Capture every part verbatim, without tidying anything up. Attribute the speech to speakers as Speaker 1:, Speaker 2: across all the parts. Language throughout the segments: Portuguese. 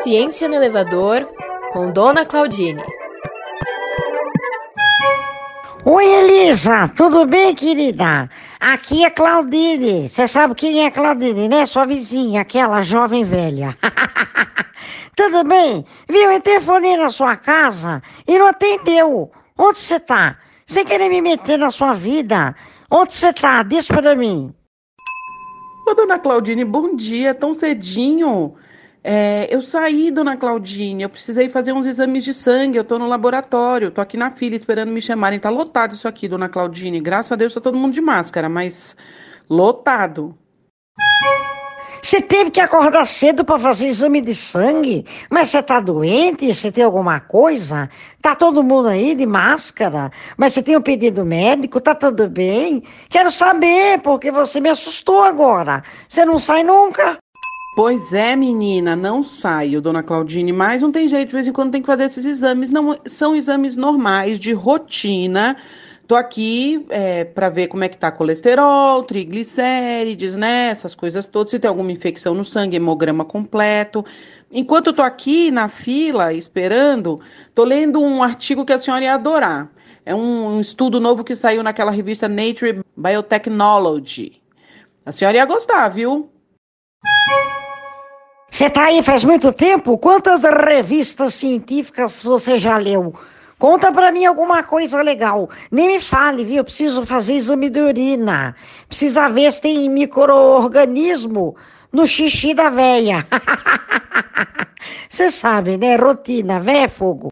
Speaker 1: Ciência no Elevador, com Dona Claudine.
Speaker 2: Oi, Elisa, tudo bem, querida? Aqui é Claudine. Você sabe quem é Claudine, né? Sua vizinha, aquela jovem velha. Tudo bem? Viu, eu telefonei na sua casa e não atendeu. Onde você tá? Sem querer me meter na sua vida. Onde você tá? Diz pra mim.
Speaker 3: Ô, Dona Claudine, bom dia, tão cedinho. É, eu saí, Dona Claudine, eu precisei fazer uns exames de sangue, eu tô no laboratório, tô aqui na fila esperando me chamarem. Tá lotado isso aqui, Dona Claudine. Graças a Deus tá todo mundo de máscara, mas lotado.
Speaker 2: Você teve que acordar cedo para fazer exame de sangue? Mas você tá doente? Você tem alguma coisa? Tá todo mundo aí de máscara? Mas você tem um pedido médico? Tá tudo bem? Quero saber, porque você me assustou agora. Você não sai nunca?
Speaker 3: Pois é, menina, não saio, Dona Claudine, mas não tem jeito, de vez em quando tem que fazer esses exames. Não são exames normais, de rotina. Tô aqui é, para ver como é que tá colesterol, triglicérides, né? Essas coisas todas. Se tem alguma infecção no sangue, hemograma completo. Enquanto eu tô aqui na fila, esperando, tô lendo um artigo que a senhora ia adorar. É um, um estudo novo que saiu naquela revista Nature Biotechnology. A senhora ia gostar, viu?
Speaker 2: Você tá aí faz muito tempo? Quantas revistas científicas você já leu? Conta pra mim alguma coisa legal. Nem me fale, viu? Eu preciso fazer exame de urina. Precisa ver se tem micro-organismo no xixi da véia. Você sabe, né? Rotina, véia é fogo.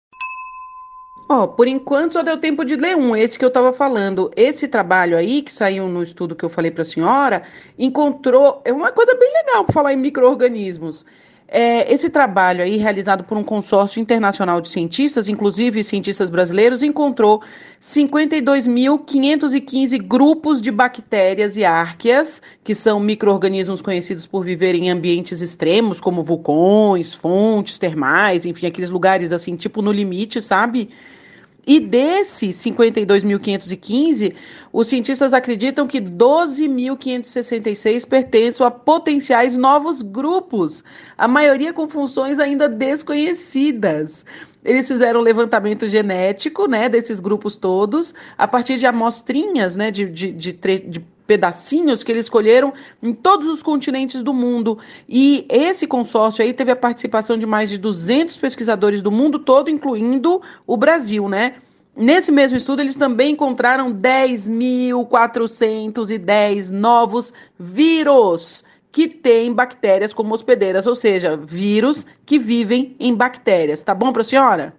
Speaker 3: Ó, por enquanto só deu tempo de ler um, esse que eu estava falando. Esse trabalho aí, que saiu no estudo que eu falei para a senhora, encontrou... É uma coisa bem legal para falar em micro-organismos. É, esse trabalho aí, realizado por um consórcio internacional de cientistas, inclusive cientistas brasileiros, encontrou cinquenta e dois mil quinhentos e quinze grupos de bactérias e árqueas, que são micro-organismos conhecidos por viver em ambientes extremos, como vulcões, fontes termais, enfim, aqueles lugares assim, tipo no limite, sabe? E desses cinquenta e dois mil quinhentos e quinze, os cientistas acreditam que doze mil quinhentos e sessenta e seis pertencem a potenciais novos grupos, a maioria com funções ainda desconhecidas. Eles fizeram um levantamento genético, né, desses grupos todos, a partir de amostrinhas, né, de, de, de, de pedacinhos que eles escolheram em todos os continentes do mundo. E esse consórcio aí teve a participação de mais de duzentos pesquisadores do mundo todo, incluindo o Brasil, né? Nesse mesmo estudo, eles também encontraram dez mil quatrocentos e dez novos vírus que têm bactérias como hospedeiras, ou seja, vírus que vivem em bactérias. Tá bom para a senhora?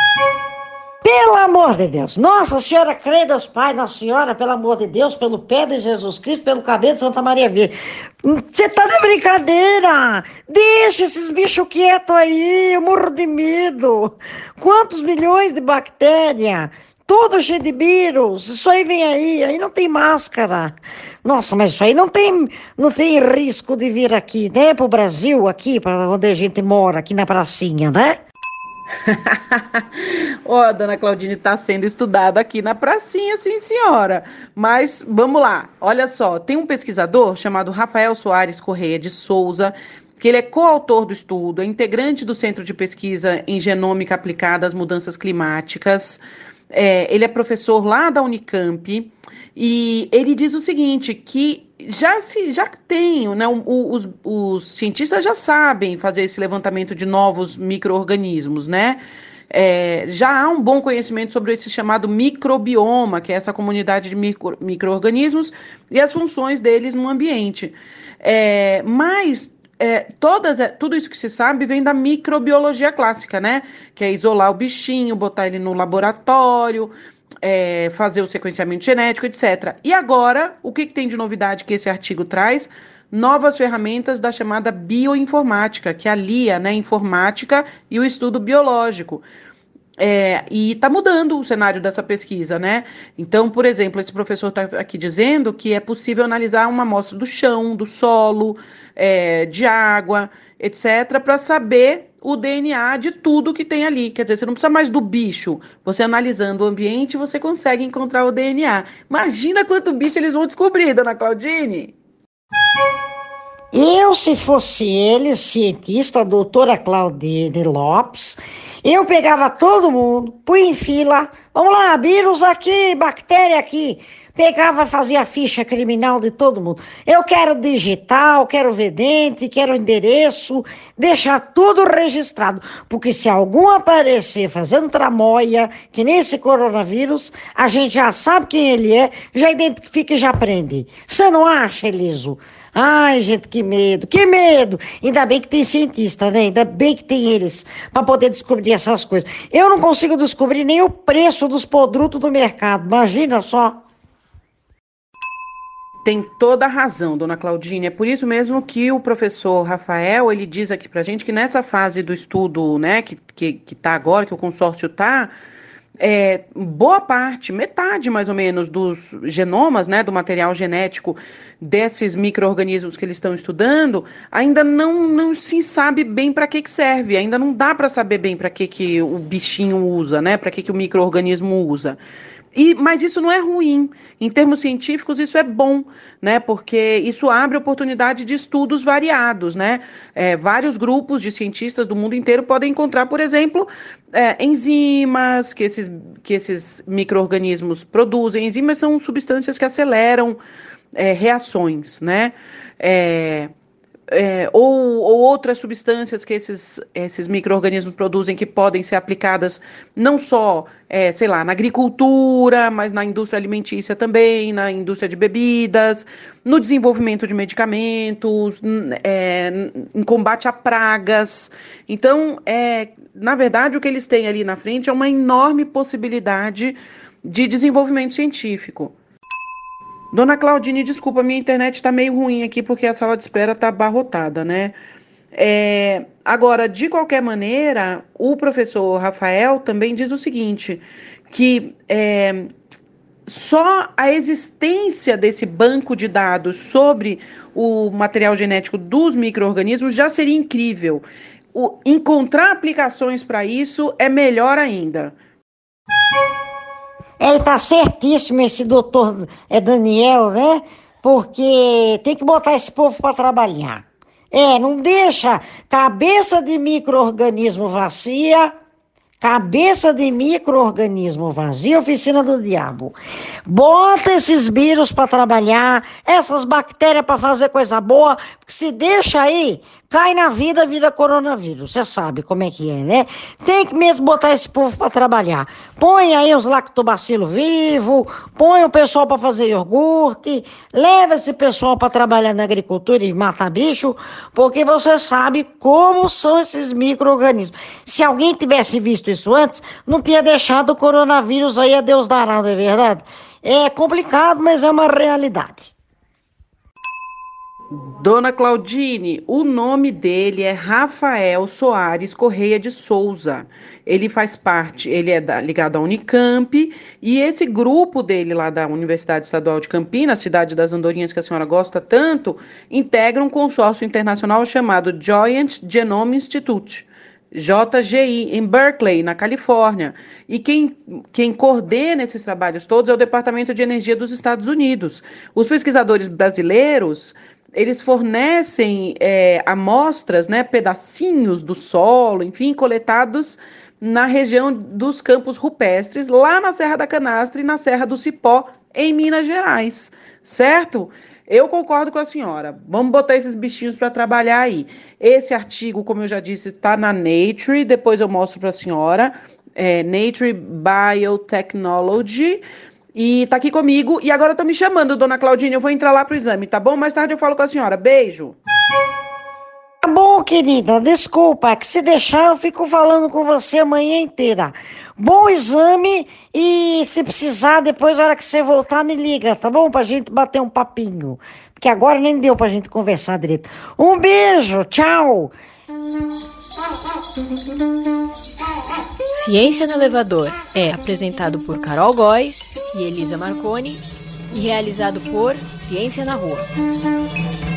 Speaker 2: Pelo amor de Deus. Nossa Senhora, crê Deus Pai, Nossa Senhora, pelo amor de Deus, pelo pé de Jesus Cristo, pelo cabelo de Santa Maria Virgem. Você tá de brincadeira? Deixa esses bichos quietos aí, eu morro de medo. Quantos milhões de bactérias? Todo cheio de vírus. Isso aí vem aí, aí não tem máscara. Nossa, mas isso aí não tem, não tem risco de vir aqui, né? Pro Brasil, aqui, para onde a gente mora, aqui na pracinha, né?
Speaker 3: Ó, oh, a Dona Claudine está sendo estudada aqui na pracinha, sim, senhora. Mas vamos lá, olha só, tem um pesquisador chamado Rafael Soares Correia de Souza, que ele é coautor do estudo, é integrante do Centro de Pesquisa em Genômica Aplicada às Mudanças Climáticas. É, ele é professor lá da Unicamp e ele diz o seguinte, que já se já tem, né, os, os cientistas já sabem fazer esse levantamento de novos micro-organismos, né? É, já há um bom conhecimento sobre esse chamado microbioma, que é essa comunidade de micro, micro-organismos e as funções deles no ambiente. É, mas É, todas, tudo isso que se sabe vem da microbiologia clássica, né? Que é isolar o bichinho, botar ele no laboratório, é, fazer o sequenciamento genético, etcétera. E agora, o que, que tem de novidade que esse artigo traz? Novas ferramentas da chamada bioinformática, que alia, né, informática e o estudo biológico. É, e está mudando o cenário dessa pesquisa, né? Então, por exemplo, esse professor está aqui dizendo que é possível analisar uma amostra do chão, do solo, é, de água, etcétera, para saber o D N A de tudo que tem ali. Quer dizer, você não precisa mais do bicho. Você analisando o ambiente, você consegue encontrar o D N A. Imagina quanto bicho eles vão descobrir, Dona Claudine!
Speaker 2: Eu, se fosse ele, cientista, a doutora Claudine Lopes, eu pegava todo mundo, punha em fila, vamos lá, vírus aqui, bactéria aqui. Pegava, fazia a ficha criminal de todo mundo. Eu quero digital, quero vedente, quero endereço, deixar tudo registrado. Porque se algum aparecer fazendo tramóia, que nem esse coronavírus, a gente já sabe quem ele é, já identifica e já prende. Você não acha, Eliso? Ai, gente, que medo, que medo. Ainda bem que tem cientista, né? Ainda bem que tem eles para poder descobrir essas coisas. Eu não consigo descobrir nem o preço dos produtos do mercado. Imagina só.
Speaker 3: Tem toda a razão, dona Claudine. É por isso mesmo que o professor Rafael, ele diz aqui pra gente que nessa fase do estudo, né, que, que, que tá agora, que o consórcio tá, é, boa parte, metade mais ou menos dos genomas, né, do material genético desses micro-organismos que eles estão estudando, ainda não, não se sabe bem para que que serve, ainda não dá para saber bem para que que o bichinho usa, né, para que que o micro-organismo usa. E, mas isso não é ruim. Em termos científicos, isso é bom, né? Porque isso abre oportunidade de estudos variados, né? É, vários grupos de cientistas do mundo inteiro podem encontrar, por exemplo, é, enzimas que esses, que esses micro-organismos produzem. Enzimas são substâncias que aceleram é, reações, né? É, É, ou, ou outras substâncias que esses, esses micro-organismos produzem que podem ser aplicadas não só, é, sei lá, na agricultura, mas na indústria alimentícia também, na indústria de bebidas, no desenvolvimento de medicamentos, é, em combate a pragas. Então, é, na verdade, o que eles têm ali na frente é uma enorme possibilidade de desenvolvimento científico. Dona Claudine, desculpa, minha internet está meio ruim aqui porque a sala de espera está abarrotada, né? É, agora, de qualquer maneira, o professor Rafael também diz o seguinte, que é, só a existência desse banco de dados sobre o material genético dos micro-organismos já seria incrível. O, encontrar aplicações para isso é melhor ainda.
Speaker 2: Ele tá certíssimo, esse doutor é Daniel, né? Porque tem que botar esse povo para trabalhar. É, não deixa cabeça de micro-organismo vazia, cabeça de micro-organismo vazia, oficina do diabo. Bota esses vírus para trabalhar, essas bactérias para fazer coisa boa, porque se deixa aí, cai na vida, vira coronavírus. Você sabe como é que é, né? Tem que mesmo botar esse povo para trabalhar. Põe aí os lactobacilos vivos, põe o pessoal para fazer iogurte, leva esse pessoal para trabalhar na agricultura e matar bicho, porque você sabe como são esses micro-organismos. Se alguém tivesse visto isso antes, não tinha deixado o coronavírus aí, a Deus dará, não é verdade? É complicado, mas é uma realidade.
Speaker 3: Dona Claudine, o nome dele é Rafael Soares Correia de Souza. Ele faz parte, ele é da, ligado à Unicamp, e esse grupo dele lá da Universidade Estadual de Campinas, cidade das Andorinhas que a senhora gosta tanto, integra um consórcio internacional chamado Joint Genome Institute, J G I, em Berkeley, na Califórnia. E quem, quem coordena esses trabalhos todos é o Departamento de Energia dos Estados Unidos. Os pesquisadores brasileiros, eles fornecem é, amostras, né, pedacinhos do solo, enfim, coletados na região dos campos rupestres, lá na Serra da Canastra e na Serra do Cipó, em Minas Gerais, certo? Eu concordo com a senhora. Vamos botar esses bichinhos para trabalhar aí. Esse artigo, como eu já disse, está na Nature, depois eu mostro para a senhora, é, Nature Biotechnology, e tá aqui comigo, e agora eu tô me chamando, dona Claudine, eu vou entrar lá pro exame, tá bom? Mais tarde eu falo com a senhora, beijo.
Speaker 2: Tá bom, querida, desculpa, é que se deixar eu fico falando com você a manhã inteira. Bom exame e se precisar, depois na hora que você voltar, me liga, tá bom? Pra gente bater um papinho, porque agora nem deu pra gente conversar direito. Um beijo, tchau.
Speaker 1: Ciência no Elevador é apresentado por Carol Góes e Elisa Marconi e realizado por Ciência na Rua.